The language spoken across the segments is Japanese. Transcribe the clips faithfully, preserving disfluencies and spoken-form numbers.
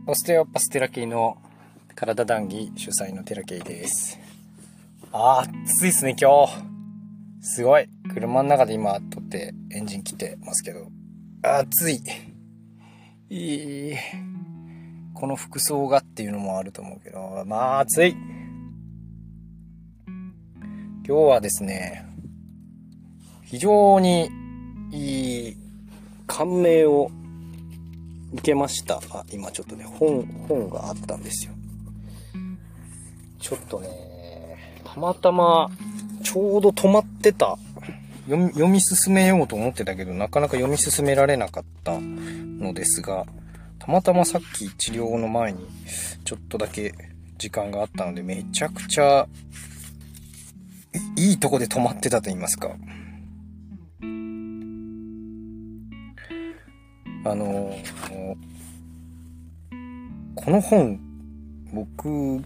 オステオパステラケイの体談義主催のテラケイです。あー暑いですね今日。すごい車の中で今撮ってエンジン切ってますけど、暑い。いいこの服装がっていうのもあると思うけど、まあ暑い。今日はですね、非常にいい感銘を受けました。あ、今ちょっとね本本があったんですよ。ちょっとねたまたまちょうど止まってた読み、読み進めようと思ってたけどなかなか読み進められなかったのですが、たまたまさっき治療の前にちょっとだけ時間があったので、めちゃくちゃいいとこで止まってたと言いますか、あのこの本、僕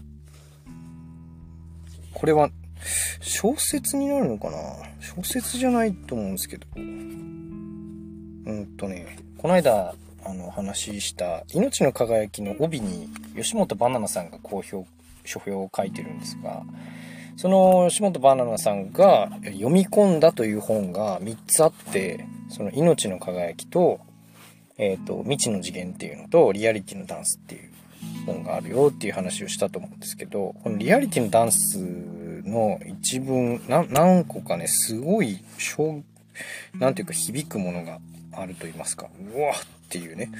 これは小説になるのかな、小説じゃないと思うんですけど、うんとねこの間あの話した命の輝きの帯に吉本ばななさんが好評書評を書いてるんですが、その吉本ばななさんが読み込んだという本がみっつあって、その命の輝きとえっと未知の次元っていうのとリアリティのダンスっていう本があるよっていう話をしたと思うんですけど、このリアリティのダンスの一文な何個かね、すごい小なんていうか響くものがあると言いますか、うわっていうね、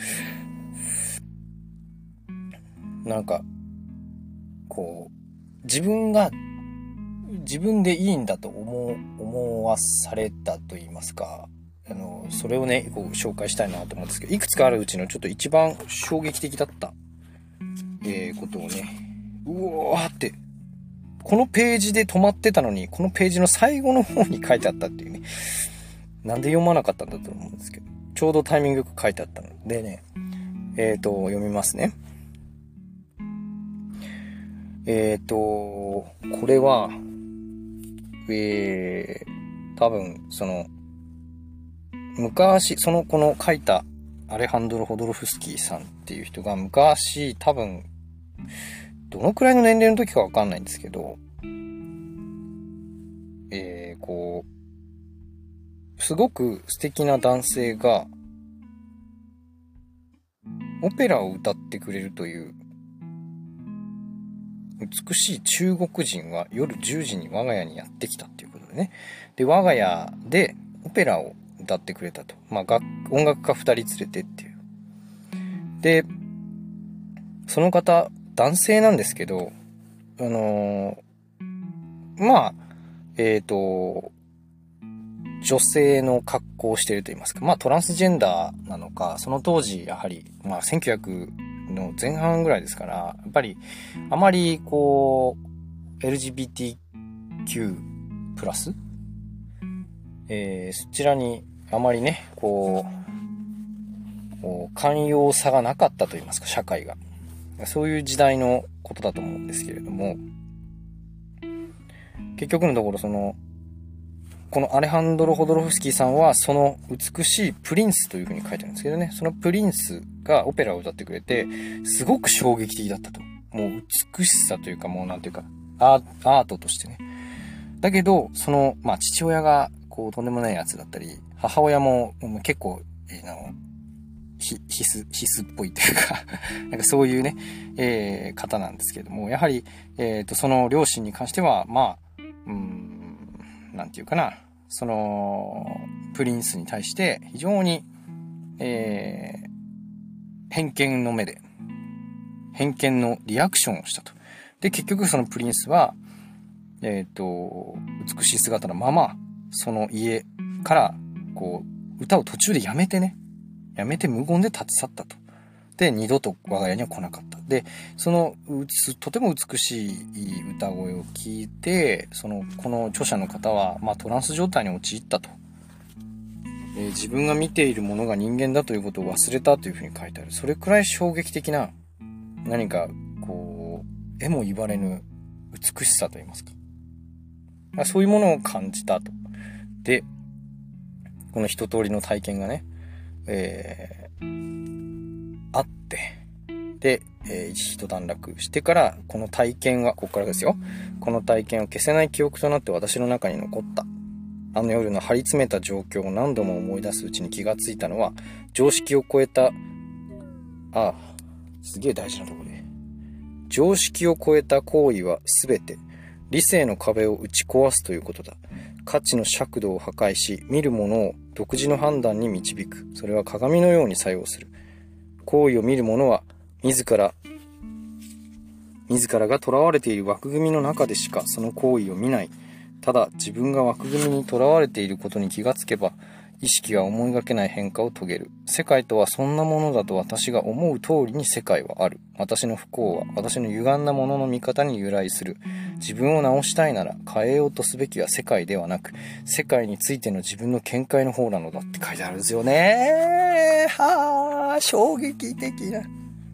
なんかこう自分が自分でいいんだと思思わされたと言いますか、あのそれをねこう紹介したいなと思うんですけど、いくつかあるうちのちょっと一番衝撃的だった、えー、ことをね、うわーってこのページで止まってたのに、このページの最後の方に書いてあったっていうね、なんで読まなかったんだと思うんですけど、ちょうどタイミングよく書いてあったのでね、えーと読みますね。えーとこれはえー多分その昔そのこの書いたアレハンドロ・ホドロフスキーさんっていう人が昔、多分どのくらいの年齢の時かわかんないんですけど、えーこうすごく素敵な男性がオペラを歌ってくれるという、美しい中国人は夜じゅうじに我が家にやってきたっていうことでね、で我が家でオペラを歌ってくれたと、まあ楽音楽家ふたり連れてっていう、でその方男性なんですけど、あのー、まあえっと女性の格好をしていると言いますか、まあトランスジェンダーなのか、その当時やはりまあせんきゅうひゃくの前半ぐらいですから、やっぱりあまりこう エルジービーティーキュー プラス、えー、そちらにあまりねこう、こう寛容さがなかったと言いますか、社会がそういう時代のことだと思うんですけれども、結局のところそのこのアレハンドロ・ホドロフスキーさんはその美しいプリンスという風に書いてあるんですけどね、そのプリンスがオペラを歌ってくれてすごく衝撃的だったと。もう美しさというか、もうなんていうかアー、アートとしてね。だけどそのまあ父親がこうとんでもないやつだったり、母親も結構あのひ必須必須っぽいというかなんかそういうね、えー、方なんですけれども、やはりえっとその両親に関してはまあうーんなんていうかな、そのプリンスに対して非常に、えー、偏見の目で偏見のリアクションをしたと。で結局そのプリンスはえっと美しい姿のままその家からこう歌を途中でやめてねやめて無言で立ち去ったと。で二度と我が家には来なかった。でそのとても美しい歌声を聞いて、そのこの著者の方は、まあ、トランス状態に陥ったと、えー、自分が見ているものが人間だということを忘れたというふうに書いてある。それくらい衝撃的な、何かこう絵も言われぬ美しさといいますか、そういうものを感じたと。でこの一通りの体験がね、えー、あって、 で、えー、一段落してから、この体験は、ここからですよ。この体験を消せない記憶となって私の中に残った。あの夜の張り詰めた状況を何度も思い出すうちに気がついたのは、常識を超えた、ああ、すげえ大事なところで。常識を超えた行為はすべて、理性の壁を打ち壊すということだ。価値の尺度を破壊し、見るものを独自の判断に導く。それは鏡のように作用する。行為を見る者は、自ら、自らが囚われている枠組みの中でしかその行為を見ない。ただ自分が枠組みに囚われていることに気がつけば、意識は思いがけない変化を遂げる。世界とはそんなものだと私が思う通りに世界はある。私の不幸は私の歪んだものの見方に由来する。自分を直したいなら変えようとすべきは世界ではなく、世界についての自分の見解の方なのだって書いてあるんですよね。はぁ、衝撃的な。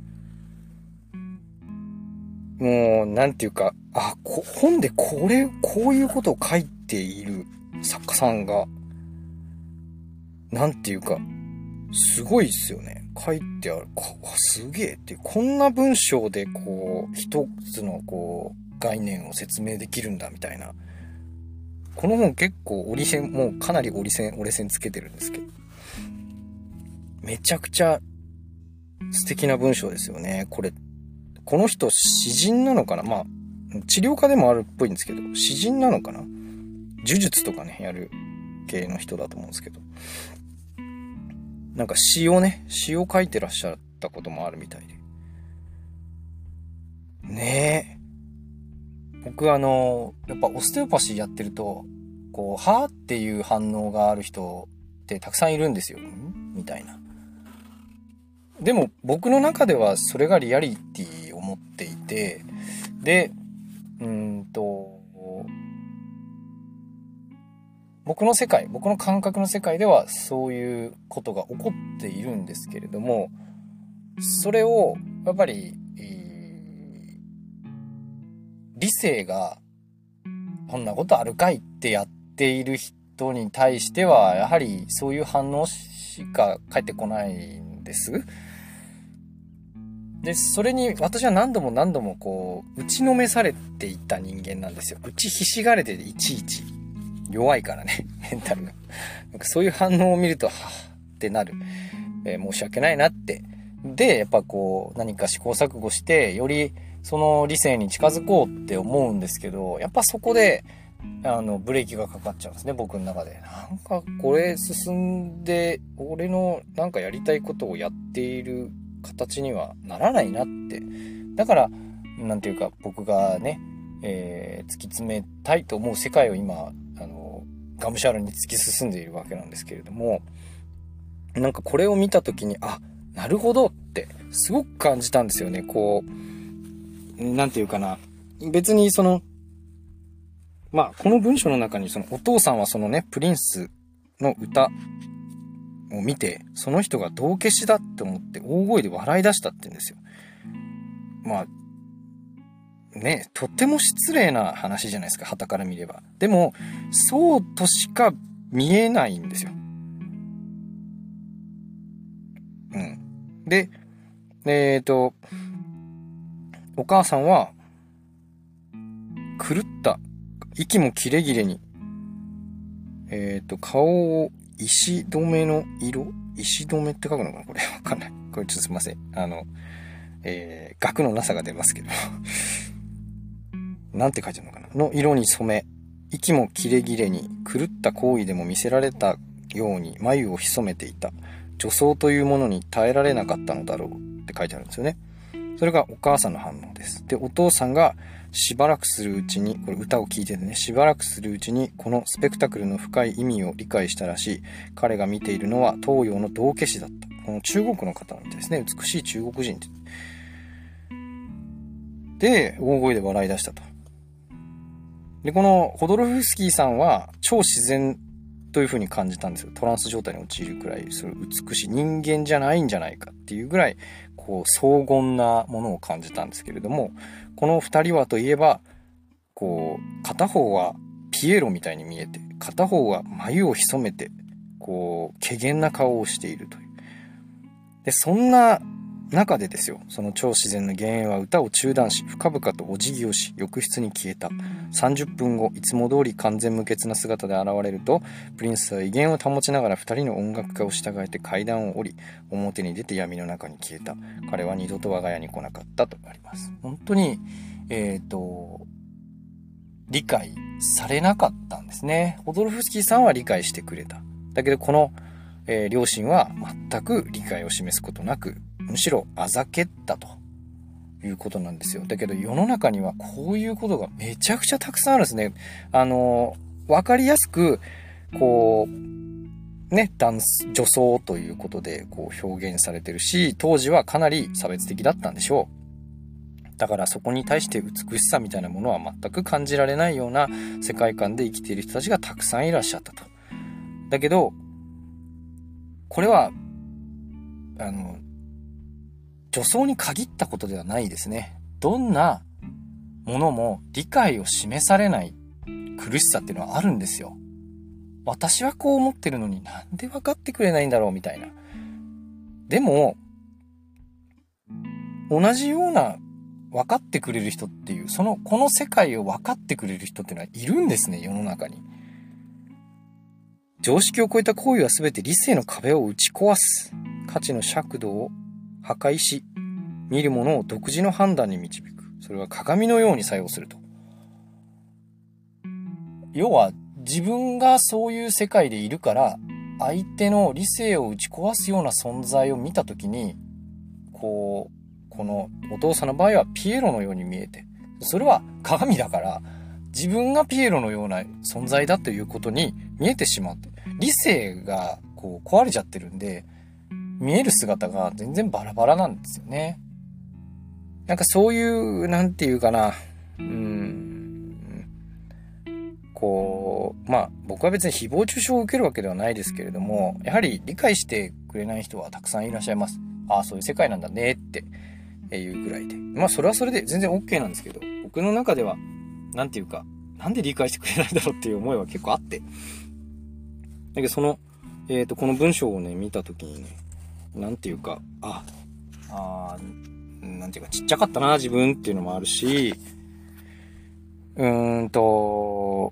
もう、なんていうか、あ、こ本でこれ、こういうことを書いている作家さんが、なんていうか、すごいですよね。書いてある。すげえって、こんな文章で、こう、一つの、こう、概念を説明できるんだ、みたいな。この本結構折り線、もうかなり折り線、折れ線つけてるんですけど。めちゃくちゃ素敵な文章ですよね。これ、この人詩人なのかな。まあ、治療家でもあるっぽいんですけど、詩人なのかな。呪術とかね、やる系の人だと思うんですけど。なんか詩をね、詩を書いてらっしゃったこともあるみたいで。ねえ。僕あの、やっぱオステオパシーやってると、こう、はぁっていう反応がある人ってたくさんいるんですよ。んみたいな。でも僕の中ではそれがリアリティを持っていて、で、うーんと、僕の世界、僕の感覚の世界ではそういうことが起こっているんですけれども、それをやっぱり、えー、理性がこんなことあるかいってやっている人に対してはやはりそういう反応しか返ってこないんです。で、それに私は何度も何度もこう打ちのめされていった人間なんですよ。打ちひしがれていちいち弱いからね、メンタルが。なんかそういう反応を見ると、はぁってなる。えー、申し訳ないなって。で、やっぱこう、何か試行錯誤して、よりその理性に近づこうって思うんですけど、やっぱそこで、あの、ブレーキがかかっちゃうんですね、僕の中で。なんかこれ進んで、俺のなんかやりたいことをやっている形にはならないなって。だから、なんていうか、僕がね、えー、突き詰めたいと思う世界を今、あの、がむしゃらに突き進んでいるわけなんですけれども、なんかこれを見たときに、あ、なるほどってすごく感じたんですよね。こう、なんていうかな。別にその、まあ、この文章の中にそのお父さんはそのね、プリンスの歌を見て、その人が道化師だって思って大声で笑い出したって言うんですよ。まあ、ね、とっても失礼な話じゃないですか、傍から見れば。でも、そうとしか見えないんですよ。うん。で、えっと、お母さんは、狂った、息もキレキレに、えっと、顔を石止めの色石止めって書くのかなこれわかんない。これちょっとすいません。あの、えー、額のなさが出ますけど。なんて書いてあるのかなの色に染め、息もキレキレに、狂った行為でも見せられたように眉を潜めていた。女装というものに耐えられなかったのだろうって書いてあるんですよね。それがお母さんの反応です。で、お父さんがしばらくするうちに、これ歌を聴いててね、しばらくするうちにこのスペクタクルの深い意味を理解したらしい。彼が見ているのは東洋の道化師だった。この中国の方みたいですね。美しい中国人って。で、大声で笑い出したと。で、このホドロフスキーさんは超自然という風に感じたんですよ。トランス状態に陥るくらい、それ美しい人間じゃないんじゃないかっていうぐらい、こう、荘厳なものを感じたんですけれども、この二人はといえば、こう、片方はピエロみたいに見えて、片方は眉を潜めて、こう、怪訝な顔をしているという。で、そんな中でですよ、その超自然の幻影は歌を中断し、深々とお辞儀をし、浴室に消えた。さんじゅっぷんご、いつも通り完全無欠な姿で現れると、プリンスは威厳を保ちながら二人の音楽家を従えて階段を降り、表に出て闇の中に消えた。彼は二度と我が家に来なかったとあります。本当に、えっと、理解されなかったんですね。ホドロフスキーさんは理解してくれた。だけどこの、えー、両親は全く理解を示すことなく、むしろあざけったということなんですよ。だけど世の中にはこういうことがめちゃくちゃたくさんあるんですね。あのー、わかりやすく、こう、ね、ダンス、女装ということでこう表現されてるし、当時はかなり差別的だったんでしょう。だからそこに対して美しさみたいなものは全く感じられないような世界観で生きている人たちがたくさんいらっしゃったと。だけど、これは、あの、女装に限ったことではないですね。どんなものも理解を示されない苦しさっていうのはあるんですよ。私はこう思ってるのになんで分かってくれないんだろうみたいな。でも、同じような分かってくれる人っていう、その、この世界を分かってくれる人っていうのはいるんですね、世の中に。常識を超えた行為は全て理性の壁を打ち壊す。価値の尺度を破壊し、見るものを独自の判断に導く。それは鏡のように作用すると。要は、自分がそういう世界でいるから、相手の理性を打ち壊すような存在を見たときに、こう、このお父さんの場合はピエロのように見えて、それは鏡だから、自分がピエロのような存在だということに見えてしまって、理性がこう壊れちゃってるんで、見える姿が全然バラバラなんですよね。なんかそういう、なんていうかな、うーん、こう、まあ僕は別に誹謗中傷を受けるわけではないですけれども、やはり理解してくれない人はたくさんいらっしゃいます。ああ、そういう世界なんだねっていうぐらいで。まあそれはそれで全然 OK なんですけど、僕の中では、なんていうか、なんで理解してくれないんだろうっていう思いは結構あって。だけどその、えっと、この文章をね、見たときにね、なんていうか、あ、あなんていうか、ちっちゃかったな、自分っていうのもあるし、うーんと、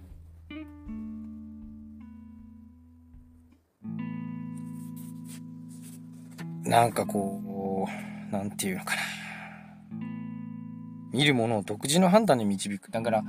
なんかこう、なんていうのかな。見るものを独自の判断に導く。だから、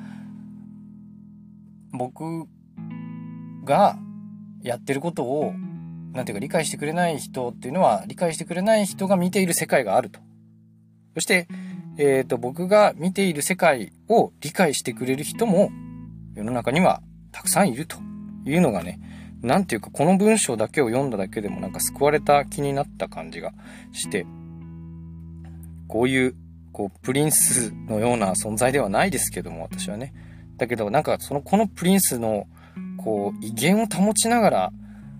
僕がやってることを、なんていうか理解してくれない人っていうのは、理解してくれない人が見ている世界があると。そして、えっと、僕が見ている世界を理解してくれる人も、世の中にはたくさんいるというのがね、なんていうかこの文章だけを読んだだけでもなんか救われた気になった感じがして、こういう、こう、プリンスのような存在ではないですけども、私はね。だけど、なんかその、このプリンスの、こう、威厳を保ちながら、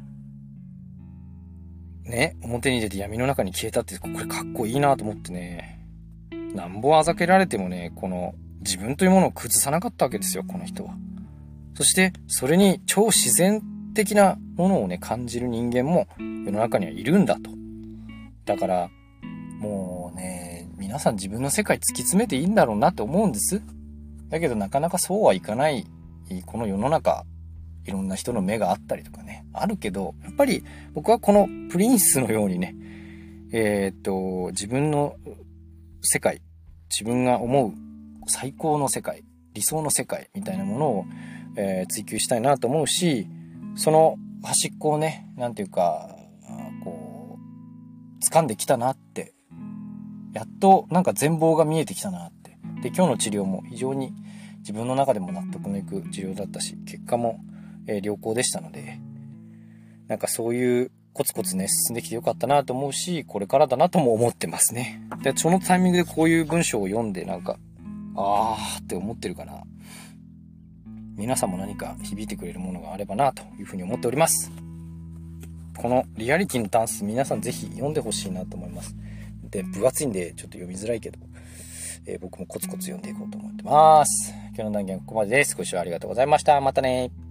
ね、表に出て闇の中に消えたって、これかっこいいなと思ってね。なんぼあざけられてもね、この、自分というものを崩さなかったわけですよ、この人は。そして、それに超自然的なものをね、感じる人間も世の中にはいるんだと。だから、もうね、皆さん自分の世界突き詰めていいんだろうなって思うんです。だけどなかなかそうはいかない、この世の中、いろんな人の目があったりとかね、あるけど、やっぱり僕はこのプリンスのようにね、えー、っと、自分の世界、自分が思う最高の世界、理想の世界みたいなものを、えー、追求したいなと思うし、その端っこをね、なんていうか、こう、掴んできたなって、やっとなんか全貌が見えてきたなって。で、今日の治療も非常に自分の中でも納得のいく治療だったし、結果も、えー、良好でしたので、なんかそういうコツコツね、進んできてよかったなと思うし、これからだなとも思ってますね。で、そのタイミングでこういう文章を読んで、なんか、あーって思ってるかな。皆さんも何か響いてくれるものがあればなというふうに思っております。このリアリティのダンス、皆さんぜひ読んでほしいなと思います。で、分厚いんでちょっと読みづらいけど、えー、僕もコツコツ読んでいこうと思ってます。今日の談義はここまでです。ご視聴ありがとうございました。またね。